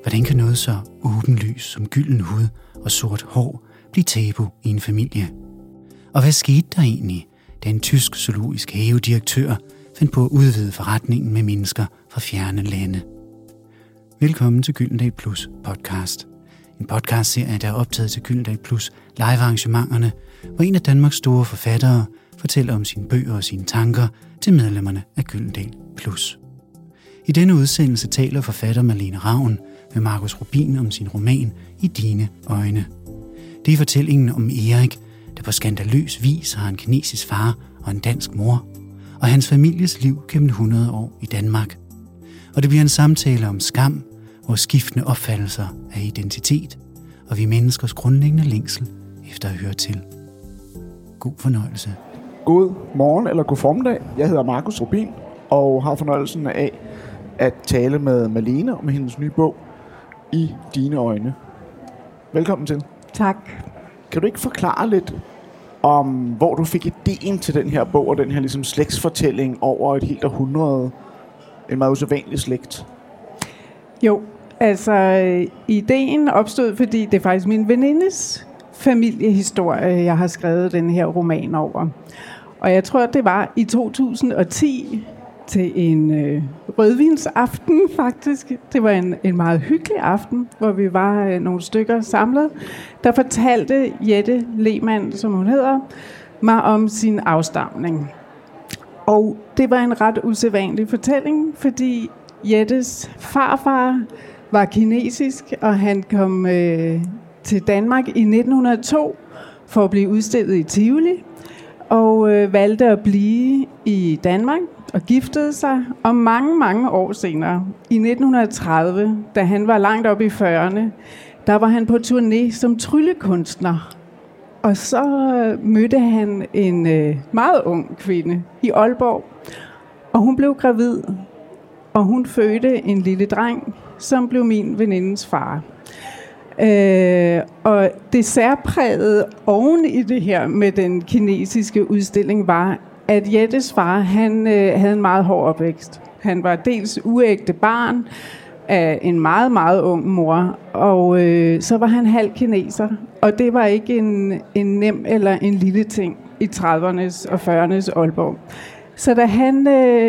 Hvordan kan noget så åbenlys som gylden hud og sort hår blive tabu i en familie? Og hvad skete der egentlig, da en tysk zoologisk havedirektør fandt på at udvide forretningen med mennesker fra fjerne lande? Velkommen til Gyldendal Plus podcast. En podcastserie, der er optaget til Gyldendal Plus live-arrangementerne, hvor en af Danmarks store forfattere fortæller om sine bøger og sine tanker til medlemmerne af Gyldendal Plus. I denne udsendelse taler forfatter Malene Ravn med Markus Rubin om sin roman I dine øjne. Det er fortællingen om Erik, der på skandaløs vis har en kinesisk far og en dansk mor, og hans families liv gennem 100 år i Danmark. Og det bliver en samtale om skam, vores skiftende opfattelser af identitet, og vi menneskers grundlæggende længsel efter at høre til. God fornøjelse. God morgen eller god formiddag. Jeg hedder Markus Rubin og har fornøjelsen af at tale med Malene om hendes nye bog I dine øjne. Velkommen til. Tak. Kan du ikke forklare lidt om, hvor du fik ideen til den her bog og den her ligesom slægtsfortælling over et helt århundrede? En meget usædvanlig slægt. Jo, altså ideen opstod, fordi det er faktisk min venindes familiehistorie, jeg har skrevet den her roman over. Og jeg tror, det var i 2010 til en rødvinsaften faktisk. Det var en meget hyggelig aften, hvor vi var nogle stykker samlet. Der fortalte Jette Lehmann, som hun hedder, mig om sin afstamning. Og det var en ret usædvanlig fortælling, fordi Jettes farfar var kinesisk, og han kom til Danmark i 1902 for at blive udstillet i Tivoli, og valgte at blive i Danmark og giftede sig. Og mange, mange år senere, i 1930, da han var langt oppe i 40'erne, der var han på turné som tryllekunstner. Og så mødte han en meget ung kvinde i Aalborg, og hun blev gravid, og hun fødte en lille dreng, som blev min venindes far. Og det særprægede oven i det her med den kinesiske udstilling var, at Jettes far han havde en meget hård opvækst. Han var dels uægte barn af en meget, meget ung mor, og så var han halv kineser. Og det var ikke en nem eller en lille ting i 30'ernes og 40'ernes Aalborg. Så da han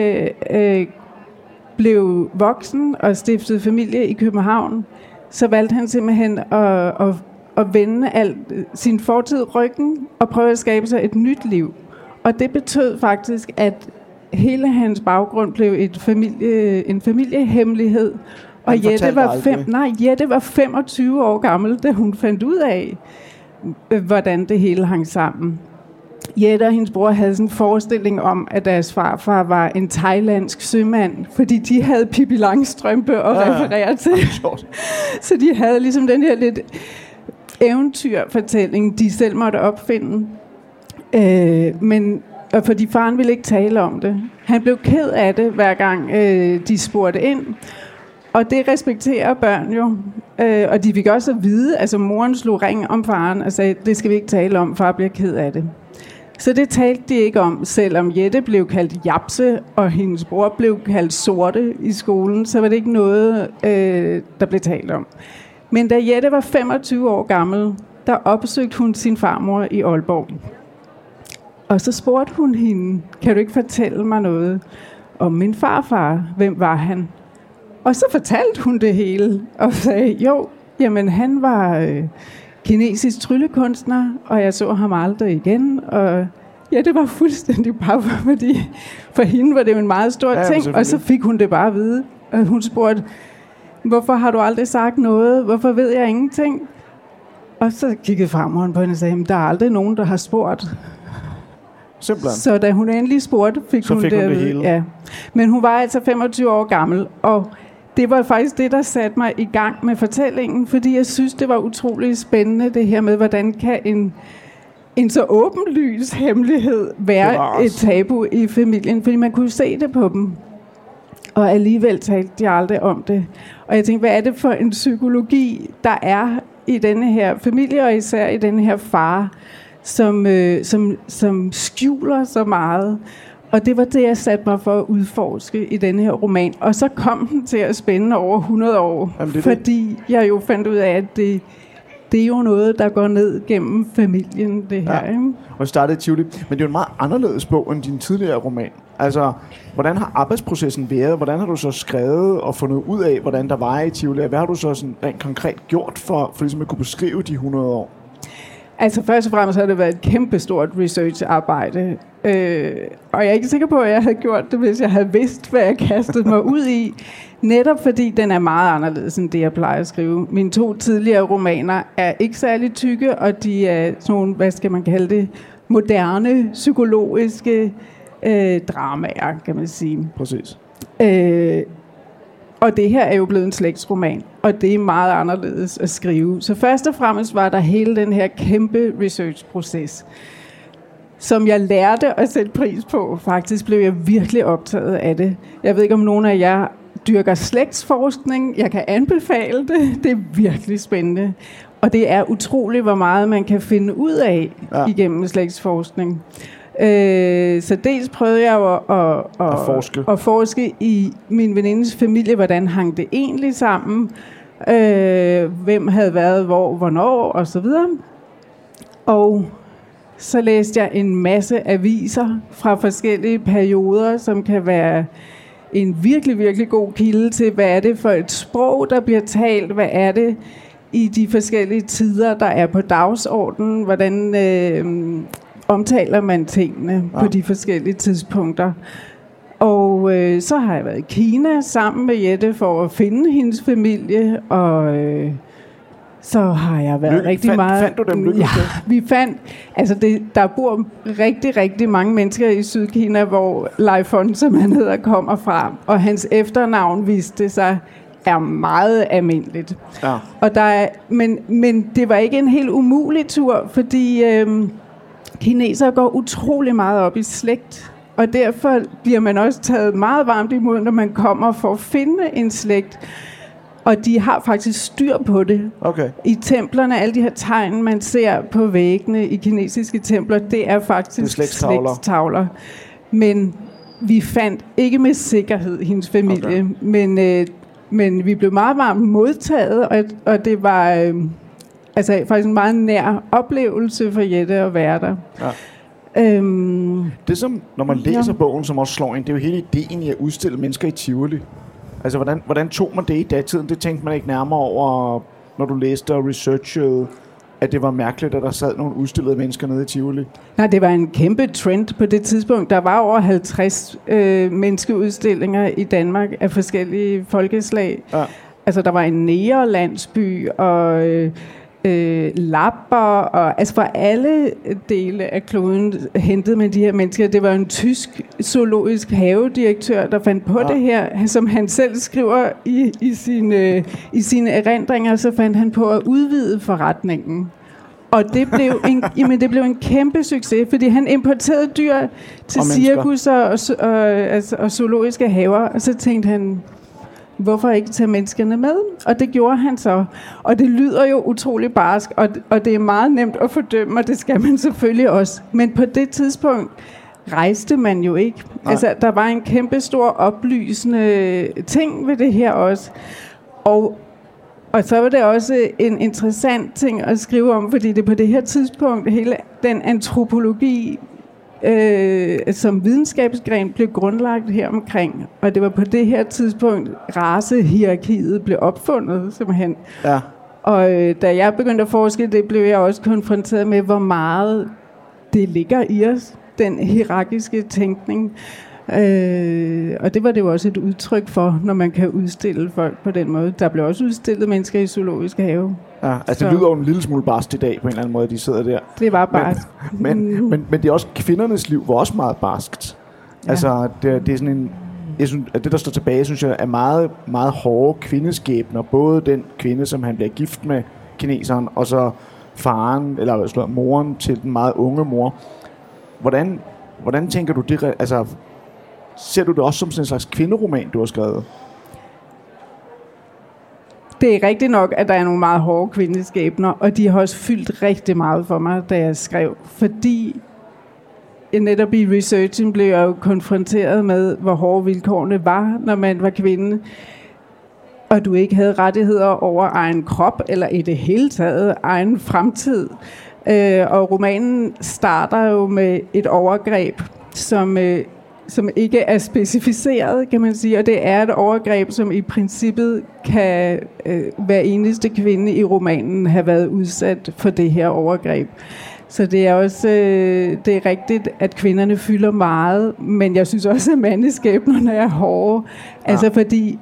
blev voksen og stiftede familie i København, så valgte han simpelthen at vende al sin fortid ryggen og prøve at skabe sig et nyt liv. Og det betød faktisk, at hele hans baggrund blev en familiehemmelighed. Og Jette var 25 år gammel, da hun fandt ud af, hvordan det hele hang sammen. Jette og hendes bror havde sådan en forestilling om, at deres farfar var en thailandsk sømand, fordi de havde Pippi Langstrømpe at referere til. Så de havde ligesom den her lidt eventyrfortælling, de selv måtte opfinde. Men fordi faren ville ikke tale om det. Han blev ked af det, hver gang de spurgte ind. Og det respekterer børn jo. Og de fik også at vide, altså moren slog ring om faren og sagde, det skal vi ikke tale om, far bliver ked af det. Så det talte de ikke om, selvom Jette blev kaldt Japse, og hendes bror blev kaldt Sorte i skolen, så var det ikke noget, der blev talt om. Men da Jette var 25 år gammel, der opsøgte hun sin farmor i Aalborg. Og så spurgte hun hende, kan du ikke fortælle mig noget om min farfar? Hvem var han? Og så fortalte hun det hele, og sagde, jo, jamen han var kinesisk tryllekunstner, og jeg så ham aldrig igen, og ja, det var fuldstændig bare, fordi for hende var det jo en meget stor ting, og så fik hun det bare at vide. Og hun spurgte, hvorfor har du aldrig sagt noget? Hvorfor ved jeg ingenting? Og så kiggede farmoren på hende og sagde, der er aldrig nogen, der har spurgt. Simpelthen. Så da hun endelig spurgte, fik hun det hele. Ja. Men hun var altså 25 år gammel, og det var faktisk det, der satte mig i gang med fortællingen, fordi jeg synes, det var utroligt spændende, det her med, hvordan kan en så åbenlys hemmelighed være et tabu i familien, fordi man kunne se det på dem. Og alligevel talte de aldrig om det. Og jeg tænkte, hvad er det for en psykologi, der er i denne her familie, og især i denne her far, som skjuler så meget. Og det var det, jeg satte mig for at udforske i denne her roman. Og så kom den til at spænde over 100 år, fordi jeg jo fandt ud af, at det er jo noget, der går ned gennem familien, det her. Ja. Og startede i Tivoli. Men det er jo en meget anderledes bog end din tidligere roman. Altså, hvordan har arbejdsprocessen været? Hvordan har du så skrevet og fundet ud af, hvordan der var i Tivoli? Hvad har du så sådan rent konkret gjort for ligesom at kunne beskrive de 100 år? Altså først og fremmest har det været et kæmpestort researcharbejde. Og jeg er ikke sikker på, at jeg havde gjort det, hvis jeg havde vidst, hvad jeg kastede mig ud i. Netop fordi den er meget anderledes end det, jeg plejer at skrive. Mine 2 tidligere romaner er ikke særlig tykke, og de er sådan nogle, hvad skal man kalde det, moderne, psykologiske dramaer, kan man sige. Præcis. Og det her er jo blevet en slægtsroman, og det er meget anderledes at skrive. Så først og fremmest var der hele den her kæmpe research-proces, som jeg lærte at sætte pris på. Faktisk blev jeg virkelig optaget af det. Jeg ved ikke, om nogen af jer dyrker slægtsforskning. Jeg kan anbefale det. Det er virkelig spændende. Og det er utroligt, hvor meget man kan finde ud af igennem slægtsforskning. Så dels prøvede jeg jo at forske i min venindes familie, hvordan hang det egentlig sammen, hvem havde været hvor, hvornår og så videre. Og så læste jeg en masse aviser fra forskellige perioder, som kan være en virkelig, virkelig god kilde til, hvad er det for et sprog, der bliver talt, hvad er det i de forskellige tider, der er på dagsordenen, hvordan omtaler man tingene på de forskellige tidspunkter. Og så har jeg været i Kina sammen med Jette for at finde hendes familie, og så har jeg været rigtig meget... Fandt du dem? Ja, vi fandt... Altså, der bor rigtig, rigtig mange mennesker i Sydkina, hvor Leifon, som han hedder, kommer fra. Og hans efternavn, viste sig, er meget almindeligt. Ja. Og men det var ikke en helt umulig tur, fordi kinesere går utrolig meget op i slægt. Og derfor bliver man også taget meget varmt imod, når man kommer for at finde en slægt. Og de har faktisk styr på det. Okay. I templerne, alle de her tegn, man ser på væggene i kinesiske templer, det er faktisk slægtstavler. Men vi fandt ikke med sikkerhed hendes familie, men vi blev meget varmt modtaget, og det var faktisk en meget nær oplevelse for Jette at være der. Ja. Det som, når man læser bogen, som også slår ind, det er jo hele ideen i at udstille mennesker i Tivoli. Altså, hvordan tog man det i datiden? Det tænkte man ikke nærmere over, når du læste og researchede, at det var mærkeligt, at der sad nogle udstillede mennesker nede i Tivoli? Nej, det var en kæmpe trend på det tidspunkt. Der var over 50 menneskeudstillinger i Danmark af forskellige folkeslag. Ja. Altså, der var en negerlandsby og lapper, og altså fra alle dele af kloden hentede man de her mennesker. Det var en tysk zoologisk havedirektør, der fandt på det her, som han selv skriver i sine erindringer, så fandt han på at udvide forretningen. Og det blev en kæmpe succes, fordi han importerede dyr til cirkusser og zoologiske haver, og så tænkte han, hvorfor ikke tage menneskerne med? Og det gjorde han så. Og det lyder jo utrolig barsk, og det er meget nemt at fordømme, og det skal man selvfølgelig også. Men på det tidspunkt rejste man jo ikke. Nej. Altså, der var en kæmpe stor oplysende ting ved det her også. Og så var det også en interessant ting at skrive om, fordi det på det her tidspunkt, hele den antropologi, som videnskabsgren blev grundlagt her omkring. Og det var på det her tidspunkt, racehierarkiet blev opfundet, simpelthen. Ja. Og da jeg begyndte at forske, det blev jeg også konfronteret med, hvor meget det ligger i os, den hierarkiske tænkning. Og det var det jo også et udtryk for, når man kan udstille folk på den måde. Der blev også udstillet mennesker i zoologiske have. Ja, altså det lyder jo en lille smule barskt i dag, på en eller anden måde, de sidder der. Det var barskt. Men det er også, kvindernes liv var også meget barskt. Ja. Altså, det er sådan en... Jeg synes, at det, der står tilbage, synes jeg, er meget, meget hårde kvindeskæbner. Både den kvinde, som han bliver gift med, kineseren, og så faren, eller moren til den meget unge mor. Hvordan tænker du det? Altså, ser du det også som sådan en slags kvinderoman, du har skrevet? Det er rigtigt nok, at der er nogle meget hårde kvindeskæbner, og de har også fyldt rigtig meget for mig, da jeg skrev. Fordi netop i researchen blev jeg jo konfronteret med, hvor hårde vilkårene var, når man var kvinde, og du ikke havde rettigheder over egen krop, eller i det hele taget egen fremtid. Og romanen starter jo med et overgreb, som ikke er specificeret, kan man sige, og det er et overgreb, som i princippet kan hver eneste kvinde i romanen have været udsat for det her overgreb. Så det er også det er rigtigt, at kvinderne fylder meget, men jeg synes også, at mandeskæbnerne er hårde. Ja. Altså fordi,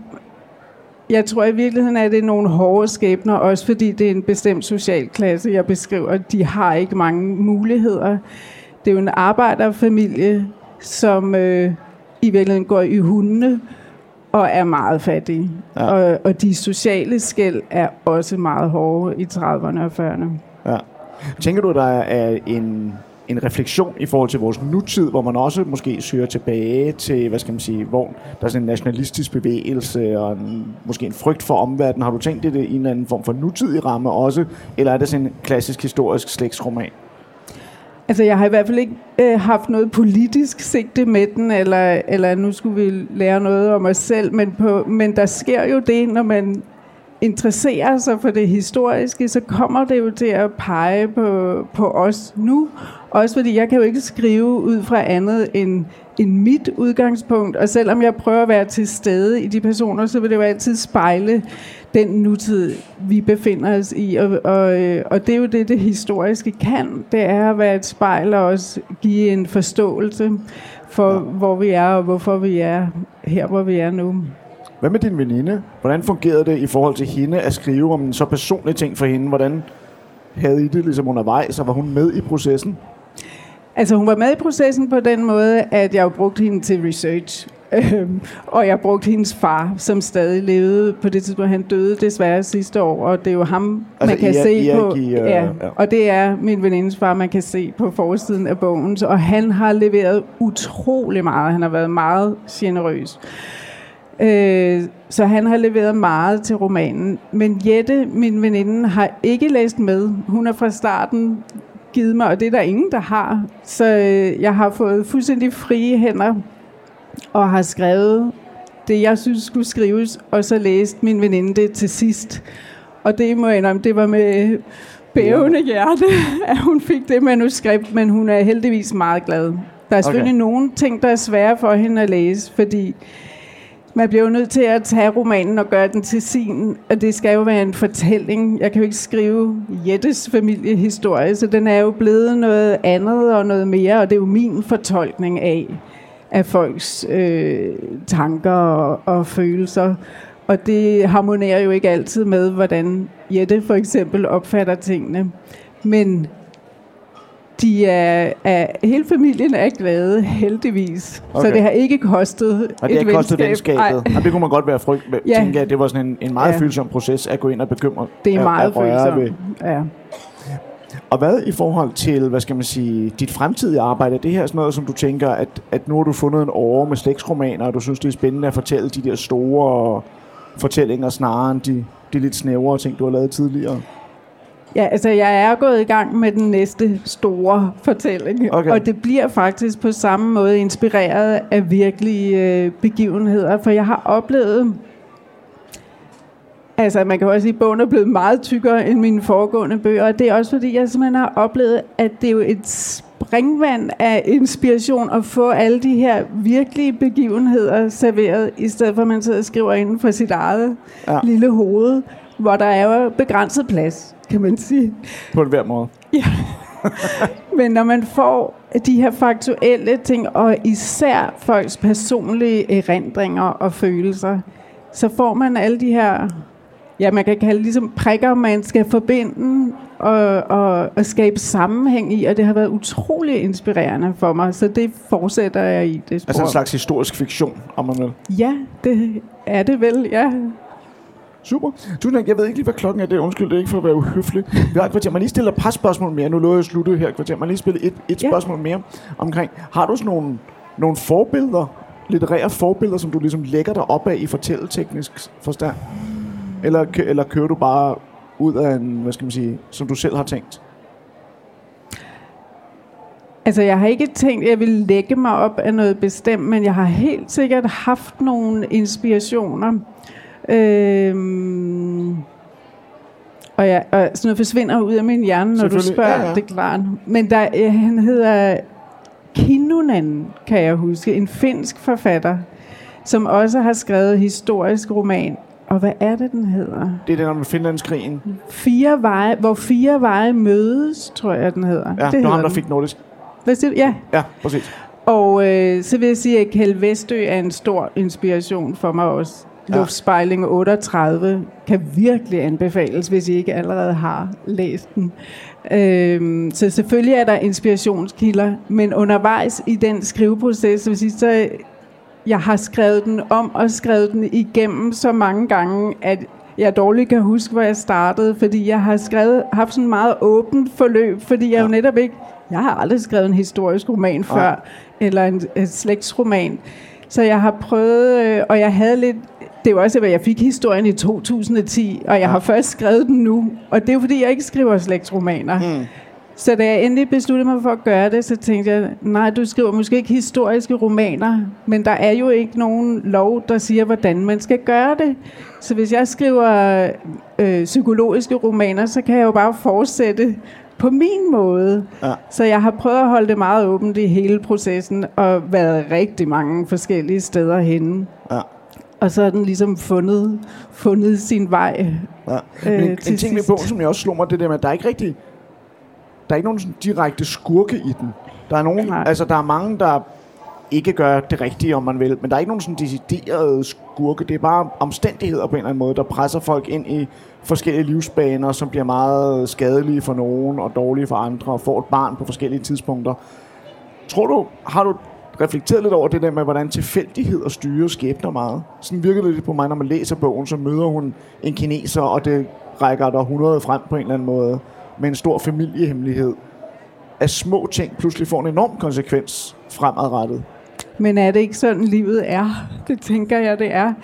jeg tror i virkeligheden, at det er nogle hårde skæbner, også fordi det er en bestemt social klasse, jeg beskriver. De har ikke mange muligheder. Det er jo en arbejderfamilie, som i virkeligheden går i hundene og er meget fattige. Ja. Og de sociale skel er også meget hårde i 30'erne og 40'erne. Ja. Tænker du, der er en refleksion i forhold til vores nutid, hvor man også måske søger tilbage til, hvad skal man sige, hvor der er sådan en nationalistisk bevægelse og måske en frygt for omverdenen. Har du tænkt det i en eller anden form for nutidig ramme også, eller er det sådan en klassisk historisk slægtsroman? Altså, jeg har i hvert fald ikke haft noget politisk sigte med den, eller nu skulle vi lære noget om os selv, men der sker jo det, når man interesserer sig for det historiske, så kommer det jo til at pege på os nu. Også fordi jeg kan jo ikke skrive ud fra andet end mit udgangspunkt, og selvom jeg prøver at være til stede i de personer, så vil det jo altid spejle den nutid, vi befinder os i. Og det er jo det historiske kan. Det er at være et spejl og også give en forståelse for, hvor vi er og hvorfor vi er her, hvor vi er nu. Hvad med din veninde? Hvordan fungerede det i forhold til hende at skrive om en så personlig ting for hende? Hvordan havde I det ligesom undervejs, og var hun med i processen? Altså hun var med i processen på den måde, at jeg jo brugte hende til research. Og jeg brugte hendes far, som stadig levede på det tidspunkt. Han døde desværre sidste år, og det er jo ham, altså, man kan se på. Ja. Og det er min venindes far, man kan se på forsiden af bogen. Og han har leveret utrolig meget. Han har været meget generøs. Så han har leveret meget til romanen. Men Jette, min veninde, har ikke læst med. Hun er fra starten givet mig, og det er der ingen, der har. Så jeg har fået fuldstændig frie hænder og har skrevet det, jeg synes skulle skrives, og så læste min veninde det til sidst. Og det må jeg indrømme, det var med bævende hjerte, at hun fik det manuskript, men hun er heldigvis meget glad. Der er selvfølgelig nogle ting, der er svære for hende at læse, fordi man bliver jo nødt til at tage romanen og gøre den til sin, og det skal jo være en fortælling. Jeg kan jo ikke skrive Jettes familiehistorie, så den er jo blevet noget andet og noget mere, og det er jo min fortolkning af folks tanker og følelser. Og det harmonerer jo ikke altid med, hvordan Jette for eksempel opfatter tingene. Men hele familien er glade, heldigvis. Okay. Så det har ikke kostet et venskab. Og det har ikke kostet venskabet. Og det kunne man godt være tænke, at det var sådan en meget følsom proces at gå ind og bekymre. Det er meget følsomt, ja. Og hvad i forhold til, hvad skal man sige, dit fremtidige arbejde, er det her sådan noget, som du tænker, at nu har du fundet en åre med slægtsromaner, og du synes, det er spændende at fortælle de der store fortællinger, snarere end de lidt snævre ting, du har lavet tidligere? Ja, altså jeg er gået i gang med den næste store fortælling, og det bliver faktisk på samme måde inspireret af virkelige begivenheder, for jeg har oplevet, altså man kan også sige, at bogen er blevet meget tykkere end mine foregående bøger, og det er også fordi, jeg simpelthen har oplevet, at det er jo et springvand af inspiration at få alle de her virkelige begivenheder serveret, i stedet for at man sidder og skriver inden for sit eget lille hoved, hvor der er jo begrænset plads, kan man sige. På hver måde. Ja. Men når man får de her faktuelle ting, og især folks personlige erindringer og følelser, så får man alle de her, ja, man kan kalde ligesom prikker, man skal forbinde og skabe sammenhæng i, og det har været utrolig inspirerende for mig, så det fortsætter jeg i det spor. Altså en slags historisk fiktion, om man vil. Ja, det er det vel, ja. Super. Jeg ved ikke lige, hvad klokken er. Det undskyld, det er ikke for at være uhøflig. Vi har et kvarter. Man lige stiller et par spørgsmål mere. Nu lover jeg at slutte her kvarter. Man lige spille et spørgsmål mere omkring. Har du sådan nogle forbilleder, litterære forbilleder, som du ligesom lægger dig op af i fortælleteknisk forstand? Eller kører du bare ud af en, hvad skal man sige, som du selv har tænkt? Altså, jeg har ikke tænkt, at jeg vil lægge mig op af noget bestemt, men jeg har helt sikkert haft nogle inspirationer. Og sådan noget forsvinder ud af min hjerne, når du spørger, ja. Det er klart. Men han hedder Kinnunen, kan jeg huske, en finsk forfatter, som også har skrevet historisk roman. Og hvad er det, den hedder? Det er den om Finlandskrigen. 4 veje, hvor 4 veje mødes, tror jeg, den hedder. Ja, det var ham, der fik nordisk. Ja. Ja, præcis. Og så vil jeg sige, at Kjeld Westö er en stor inspiration for mig også. Ja. Luftspejling 38 kan virkelig anbefales, hvis I ikke allerede har læst den. Så selvfølgelig er der inspirationskilder, men undervejs i den skriveproces, så jeg har skrevet den om og skrevet den igennem så mange gange, at jeg dårligt kan huske, hvor jeg startede, fordi jeg har haft sådan en meget åbent forløb, fordi jeg jo netop ikke, jeg har aldrig skrevet en historisk roman før, eller en slægtsroman. Så jeg har prøvet, og jeg havde lidt, det var også, at jeg fik historien i 2010, og jeg har først skrevet den nu, og det er jo fordi, jeg ikke skriver slægtsromaner. Så da jeg endelig besluttede mig for at gøre det, så tænkte jeg, nej, du skriver måske ikke historiske romaner, men der er jo ikke nogen lov, der siger, hvordan man skal gøre det. Så hvis jeg skriver psykologiske romaner, så kan jeg jo bare fortsætte på min måde. Ja. Så jeg har prøvet at holde det meget åbent i hele processen, og været rigtig mange forskellige steder henne. Ja. Og så er den ligesom fundet sin vej. Ja. Men en ting med bogen, som jeg også slog mig, det der med, at der er ikke nogen sådan direkte skurke i den. Der er nogen, der er mange, der ikke gør det rigtige, om man vil, men der er ikke nogen sådan deciderede skurke. Det er bare omstændigheder på en eller anden måde, der presser folk ind i forskellige livsbaner, som bliver meget skadelige for nogen og dårlige for andre, og får et barn på forskellige tidspunkter. Har du reflekteret lidt over det der med, hvordan tilfældigheder styrer skæbner meget? Sådan virker det lidt på mig, når man læser bogen, så møder hun en kineser, og det rækker der 100 frem på en eller anden måde, med en stor familiehemmelighed. At små ting pludselig får en enorm konsekvens fremadrettet. Men er det ikke sådan, livet er? Det tænker jeg, det er.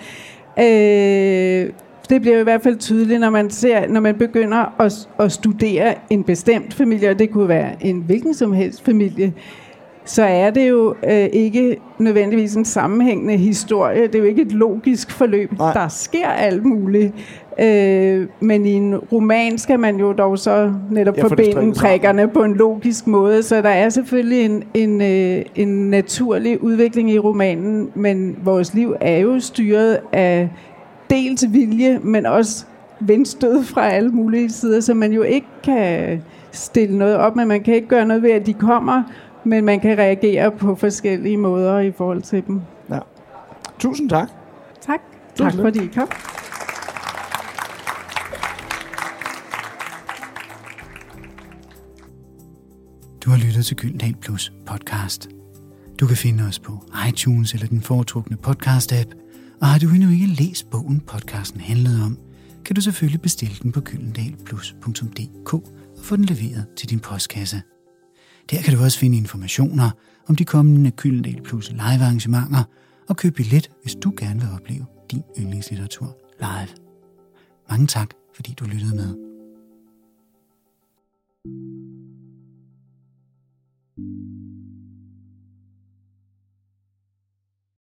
Det bliver i hvert fald tydeligt, når man begynder at studere en bestemt familie, og det kunne være en hvilken som helst familie, så er det jo ikke nødvendigvis en sammenhængende historie. Det er jo ikke et logisk forløb. Nej. Der sker alt muligt. Men i en roman skal man jo dog så netop forbinde prikkerne på en logisk måde. Så der er selvfølgelig en naturlig udvikling i romanen, men vores liv er jo styret af dels vilje, men også vindstød fra alle mulige sider, så man jo ikke kan stille noget op, men man kan ikke gøre noget ved, at de kommer, men man kan reagere på forskellige måder i forhold til dem. Ja. Tusind tak. Tak fordi I kom. Du har lyttet til Gyldendal Plus podcast. Du kan finde os på iTunes eller den foretrukne podcast-app, og har du endnu ikke læst bogen, podcasten handlede om, kan du selvfølgelig bestille den på gyldendalplus.dk og få den leveret til din postkasse. Der kan du også finde informationer om de kommende Gyldendal Plus live arrangementer og købe billet, hvis du gerne vil opleve din yndlingslitteratur live. Mange tak, fordi du lyttede med.